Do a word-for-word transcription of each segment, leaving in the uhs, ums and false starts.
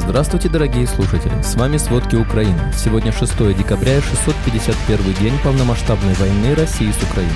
Здравствуйте, дорогие слушатели! С вами «Сводки Украины». Сегодня шестое декабря, шестьсот пятьдесят первый день полномасштабной войны России с Украиной.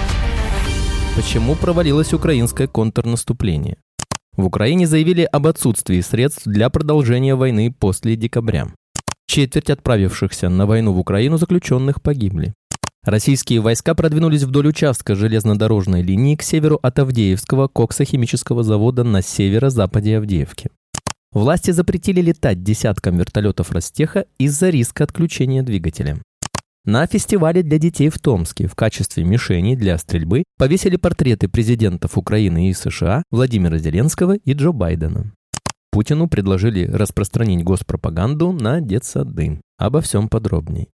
Почему провалилось украинское контрнаступление? В Украине заявили об отсутствии средств для продолжения войны после декабря. Четверть отправившихся на войну в Украину заключенных погибли. Российские войска продвинулись вдоль участка железнодорожной линии к северу от Авдеевского коксохимического завода на северо-западе Авдеевки. Власти запретили летать десяткам вертолетов Ростеха из-за риска отключения двигателя. На фестивале для детей в Томске в качестве мишени для стрельбы повесили портреты президентов Украины и США Владимира Зеленского и Джо Байдена. Путину предложили распространить госпропаганду на детсады. Обо всем подробней.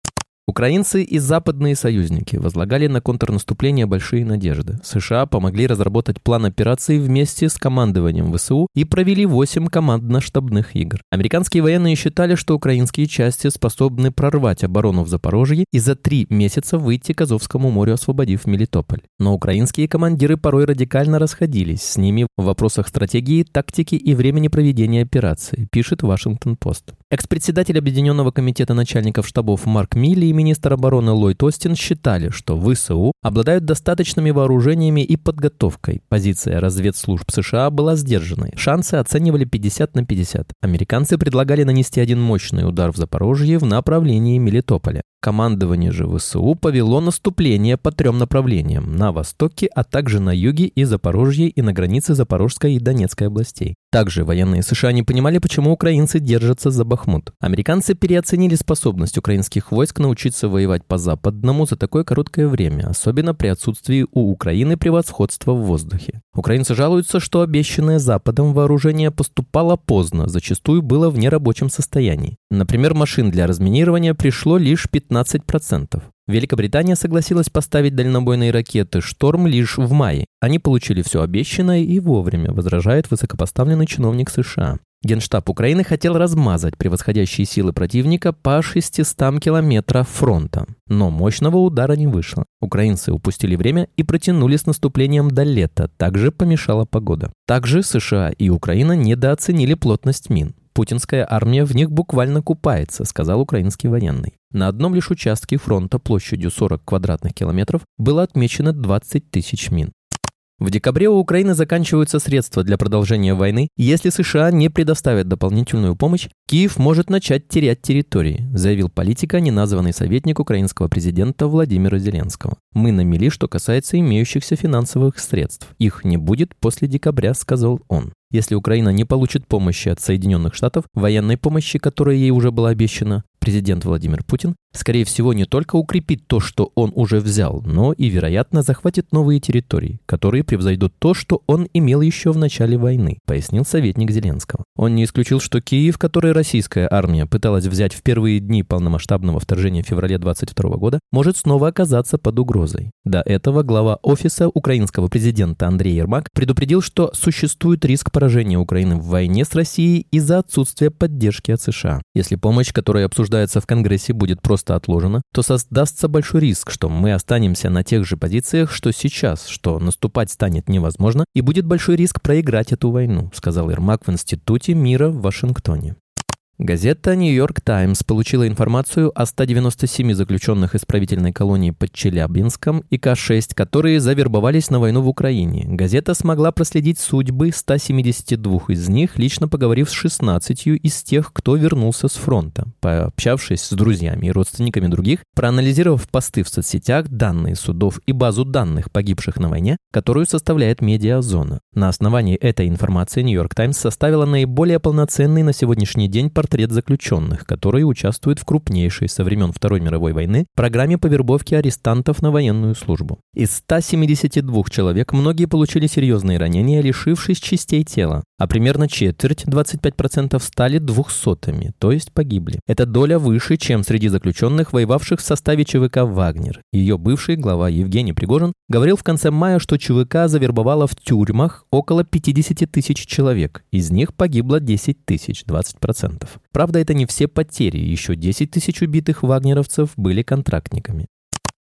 Украинцы и западные союзники возлагали на контрнаступление большие надежды. США помогли разработать план операции вместе с командованием ВСУ и провели восемь командно-штабных игр. Американские военные считали, что украинские части способны прорвать оборону в Запорожье и за три месяца выйти к Азовскому морю, освободив Мелитополь. Но украинские командиры порой радикально расходились с ними в вопросах стратегии, тактики и времени проведения операции, пишет Вашингтон-Пост. Экс-председатель Объединенного комитета начальников штабов Марк Милли и министр обороны Ллойд Остин считали, что ВСУ обладают достаточными вооружениями и подготовкой. Позиция разведслужб США была сдержанной. Шансы оценивали пятьдесят на пятьдесят. Американцы предлагали нанести один мощный удар в Запорожье в направлении Мелитополя. Командование же ВСУ повело наступление по трем направлениям – на востоке, а также на юге и Запорожье и на границе Запорожской и Донецкой областей. Также военные США не понимали, почему украинцы держатся за Бахмут. Американцы переоценили способность украинских войск научиться воевать по-западному за такое короткое время, особенно при отсутствии у Украины превосходства в воздухе. Украинцы жалуются, что обещанное Западом вооружение поступало поздно, зачастую было в нерабочем состоянии. Например, машин для разминирования пришло лишь пятнадцать процентов. Великобритания согласилась поставить дальнобойные ракеты «Шторм» лишь в мае. Они получили все обещанное и вовремя, возражает высокопоставленный чиновник США. Генштаб Украины хотел размазать превосходящие силы противника по шестистам километрам фронта. Но мощного удара не вышло. Украинцы упустили время и протянули с наступлением до лета. Также помешала погода. Также США и Украина недооценили плотность мин. Путинская армия в них буквально купается, сказал украинский военный. На одном лишь участке фронта площадью сорок квадратных километров было отмечено двадцать тысяч мин. В декабре у Украины заканчиваются средства для продолжения войны. Если США не предоставят дополнительную помощь, Киев может начать терять территории, заявил политик, неназванный советник украинского президента Владимира Зеленского. Мы на мели, что касается имеющихся финансовых средств. Их не будет после декабря, сказал он. Если Украина не получит помощи от Соединенных Штатов, военной помощи, которая ей уже была обещана, президент Владимир Путин, скорее всего, не только укрепит то, что он уже взял, но и, вероятно, захватит новые территории, которые превзойдут то, что он имел еще в начале войны, пояснил советник Зеленского. Он не исключил, что Киев, который российская армия пыталась взять в первые дни полномасштабного вторжения в феврале двадцать второго года, может снова оказаться под угрозой. До этого глава офиса украинского президента Андрей Ермак предупредил, что существует риск поражения Украины в войне с Россией из-за отсутствия поддержки от США. Если помощь, которая обсуждается в Конгрессе, будет просто отложена, то создастся большой риск, что мы останемся на тех же позициях, что сейчас, что наступать станет невозможно, и будет большой риск проиграть эту войну, сказал Ермак в Институте мира в Вашингтоне. Газета «Нью-Йорк Таймс» получила информацию о ста девяноста семи заключенных исправительной колонии под Челябинском и Ка шесть, которые завербовались на войну в Украине. Газета смогла проследить судьбы ста семидесяти двух из них, лично поговорив с шестнадцатью из тех, кто вернулся с фронта. Пообщавшись с друзьями и родственниками других, проанализировав посты в соцсетях, данные судов и базу данных погибших на войне, которую составляет медиазона. На основании этой информации «Нью-Йорк Таймс» составила наиболее полноценный на сегодняшний день портрет портрет заключенных, которые участвуют в крупнейшей со времен Второй мировой войны программе по вербовке арестантов на военную службу. Из ста семидесяти двух человек многие получили серьезные ранения, лишившись частей тела, а примерно четверть, двадцать пять процентов, стали двухсотыми, то есть погибли. Эта доля выше, чем среди заключенных, воевавших в составе ЧВК «Вагнер». Ее бывший глава Евгений Пригожин говорил в конце мая, что ЧВК завербовала в тюрьмах около пятидесяти тысяч человек. Из них погибло десять тысяч, двадцать процентов. Правда, это не все потери, еще десять тысяч убитых вагнеровцев были контрактниками.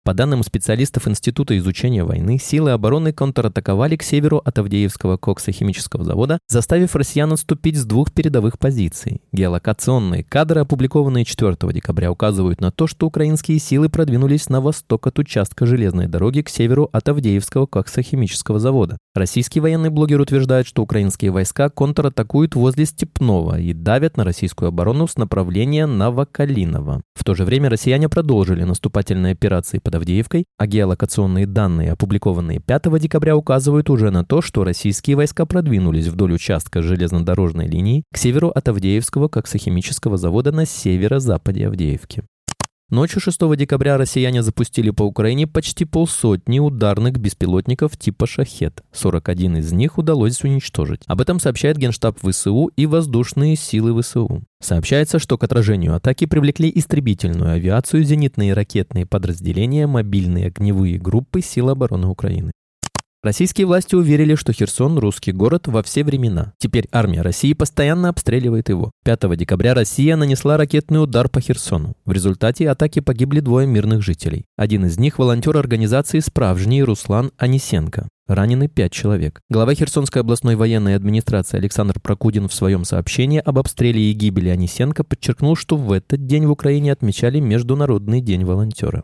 По данным специалистов Института изучения войны, силы обороны контратаковали к северу от Авдеевского коксохимического завода, заставив россиян отступить с двух передовых позиций. Геолокационные кадры, опубликованные четвёртого декабря, указывают на то, что украинские силы продвинулись на восток от участка железной дороги к северу от Авдеевского коксохимического завода. Российский военный блогер утверждает, что украинские войска контратакуют возле Степного и давят на российскую оборону с направления Новокалиново. В то же время россияне продолжили наступательные операции под Авдеевкой, а геолокационные данные, опубликованные пятого декабря, указывают уже на то, что российские войска продвинулись вдоль участка железнодорожной линии к северу от Авдеевского коксохимического завода на северо-западе Авдеевки. Ночью шестого декабря россияне запустили по Украине почти полсотни ударных беспилотников типа «Шахед». сорок один из них удалось уничтожить. Об этом сообщает Генштаб ВСУ и воздушные силы ВСУ. Сообщается, что к отражению атаки привлекли истребительную авиацию, зенитные и ракетные подразделения, мобильные огневые группы сил обороны Украины. Российские власти уверили, что Херсон – русский город во все времена. Теперь армия России постоянно обстреливает его. пятого декабря Россия нанесла ракетный удар по Херсону. В результате атаки погибли двое мирных жителей. Один из них – волонтер организации «Справжний» Руслан Анисенко. Ранены пять человек. Глава Херсонской областной военной администрации Александр Прокудин в своем сообщении об обстреле и гибели Анисенко подчеркнул, что в этот день в Украине отмечали Международный день волонтера.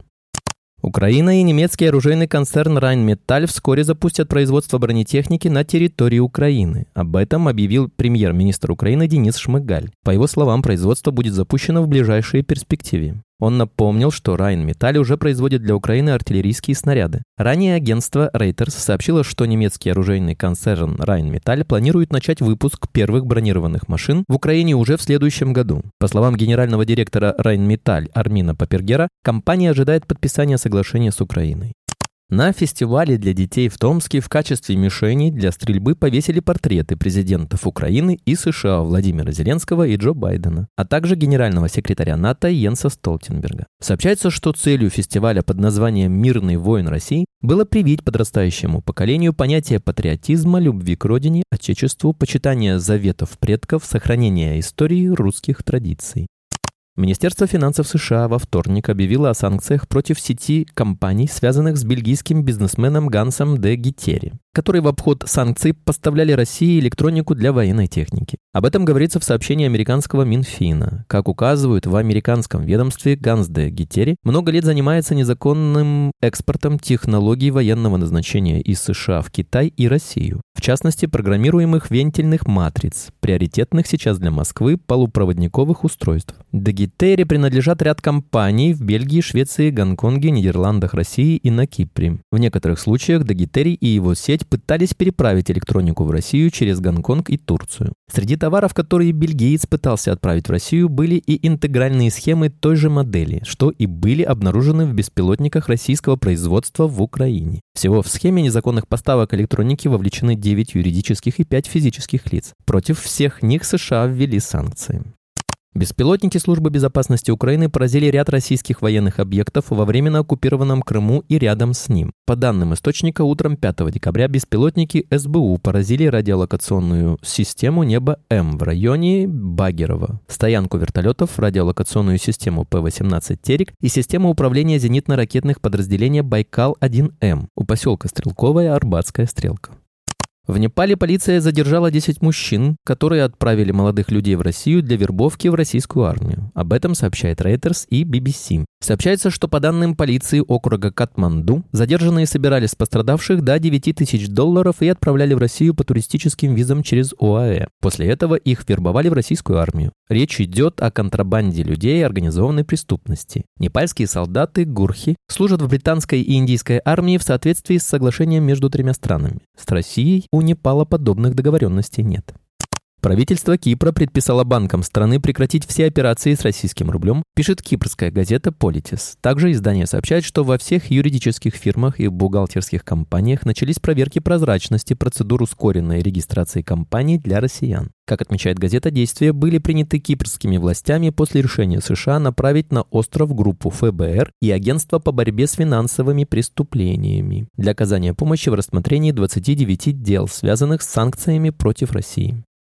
Украина и немецкий оружейный концерн Rheinmetall вскоре запустят производство бронетехники на территории Украины. Об этом объявил премьер-министр Украины Денис Шмыгаль. По его словам, производство будет запущено в ближайшей перспективе. Он напомнил, что Rheinmetall уже производит для Украины артиллерийские снаряды. Ранее агентство Reuters сообщило, что немецкий оружейный концерн Rheinmetall планирует начать выпуск первых бронированных машин в Украине уже в следующем году. По словам генерального директора Rheinmetall Армина Папергера, компания ожидает подписания соглашения с Украиной. На фестивале для детей в Томске в качестве мишеней для стрельбы повесили портреты президентов Украины и США Владимира Зеленского и Джо Байдена, а также генерального секретаря НАТО Йенса Столтенберга. Сообщается, что целью фестиваля под названием «Мирный воин России» было привить подрастающему поколению понятие патриотизма, любви к родине, отечеству, почитания заветов предков, сохранения истории русских традиций. Министерство финансов США во вторник объявило о санкциях против сети компаний, связанных с бельгийским бизнесменом Гансом де Гиттери, которые в обход санкций поставляли России электронику для военной техники. Об этом говорится в сообщении американского Минфина. Как указывают в американском ведомстве, Ганс де Гиттери много лет занимается незаконным экспортом технологий военного назначения из США в Китай и Россию. В частности, программируемых вентильных матриц, приоритетных сейчас для Москвы полупроводниковых устройств. Де Гиттери принадлежат ряд компаний в Бельгии, Швеции, Гонконге, Нидерландах, России и на Кипре. В некоторых случаях Де Гиттери и его сеть пытались переправить электронику в Россию через Гонконг и Турцию. Среди товаров, которые бельгиец пытался отправить в Россию, были и интегральные схемы той же модели, что и были обнаружены в беспилотниках российского производства в Украине. Всего в схеме незаконных поставок электроники вовлечены девять юридических и пять физических лиц. Против всех них США ввели санкции. Беспилотники Службы безопасности Украины поразили ряд российских военных объектов во временно оккупированном Крыму и рядом с ним. По данным источника, утром пятого декабря беспилотники эс бэ у поразили радиолокационную систему «Небо-М» в районе Багерово, стоянку вертолетов, радиолокационную систему пэ восемнадцать «Терек» и систему управления зенитно-ракетных подразделений «Байкал один эм» у поселка Стрелковая Арбатская Стрелка. В Непале полиция задержала десять мужчин, которые отправили молодых людей в Россию для вербовки в российскую армию. Об этом сообщает Reuters и би би си. Сообщается, что по данным полиции округа Катманду, задержанные собирали с пострадавших до девяти тысяч долларов и отправляли в Россию по туристическим визам через о а э. После этого их вербовали в российскую армию. Речь идет о контрабанде людей и организованной преступности. Непальские солдаты гурхи служат в британской и индийской армии в соответствии с соглашением между тремя странами. С Россией у Непала подобных договоренностей нет. Правительство Кипра предписало банкам страны прекратить все операции с российским рублем, пишет кипрская газета «Политис». Также издание сообщает, что во всех юридических фирмах и бухгалтерских компаниях начались проверки прозрачности процедур ускоренной регистрации компаний для россиян. Как отмечает газета, действия были приняты кипрскими властями после решения США направить на остров группу эф бэ эр и Агентство по борьбе с финансовыми преступлениями для оказания помощи в рассмотрении двадцати девяти дел, связанных с санкциями против России.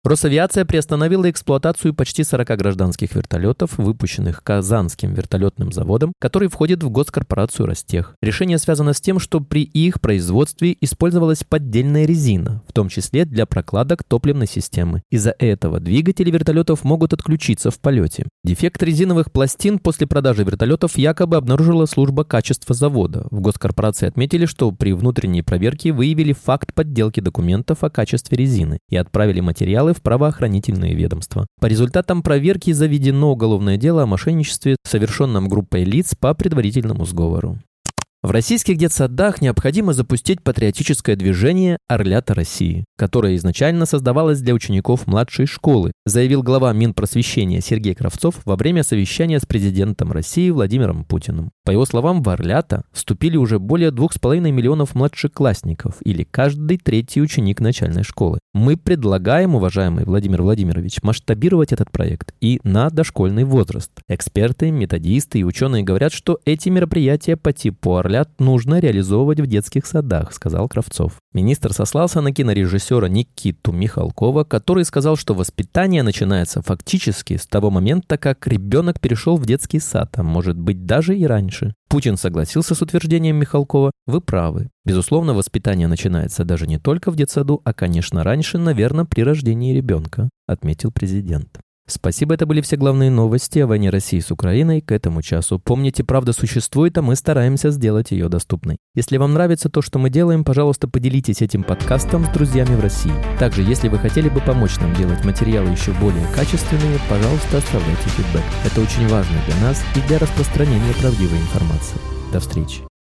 Росавиация приостановила эксплуатацию почти сорока гражданских вертолетов, выпущенных Казанским вертолетным заводом, который входит в госкорпорацию Ростех. Решение связано с тем, что при их производстве использовалась поддельная резина, в том числе для прокладок топливной системы. Из-за этого двигатели вертолетов могут отключиться в полете. Дефект резиновых пластин после продажи вертолетов якобы обнаружила служба качества завода. В госкорпорации отметили, что при внутренней проверке выявили факт подделки документов о качестве резины и отправили материалы в правоохранительные ведомства. По результатам проверки заведено уголовное дело о мошенничестве, совершенном группой лиц по предварительному сговору. В российских детсадах необходимо запустить патриотическое движение «Орлята России», которое изначально создавалось для учеников младшей школы, заявил глава Минпросвещения Сергей Кравцов во время совещания с президентом России Владимиром Путиным. По его словам, в «Орлята» вступили уже более двух с половиной миллионов младшеклассников, или каждый третий ученик начальной школы. Мы предлагаем, уважаемый Владимир Владимирович, масштабировать этот проект и на дошкольный возраст. Эксперты, методисты и ученые говорят, что эти мероприятия по типу «Орлят» нужно реализовывать в детских садах, сказал Кравцов. Министр сослался на кинорежиссера Никиту Михалкова, который сказал, что воспитание начинается фактически с того момента, как ребенок перешел в детский сад, а может быть даже и раньше. Путин согласился с утверждением Михалкова. Вы правы. Безусловно, воспитание начинается даже не только в детсаду, а, конечно, раньше, наверное, при рождении ребенка, отметил президент. Спасибо, это были все главные новости о войне России с Украиной к этому часу. Помните, правда существует, а мы стараемся сделать ее доступной. Если вам нравится то, что мы делаем, пожалуйста, поделитесь этим подкастом с друзьями в России. Также, если вы хотели бы помочь нам делать материалы еще более качественными, пожалуйста, оставляйте фидбэк. Это очень важно для нас и для распространения правдивой информации. До встречи.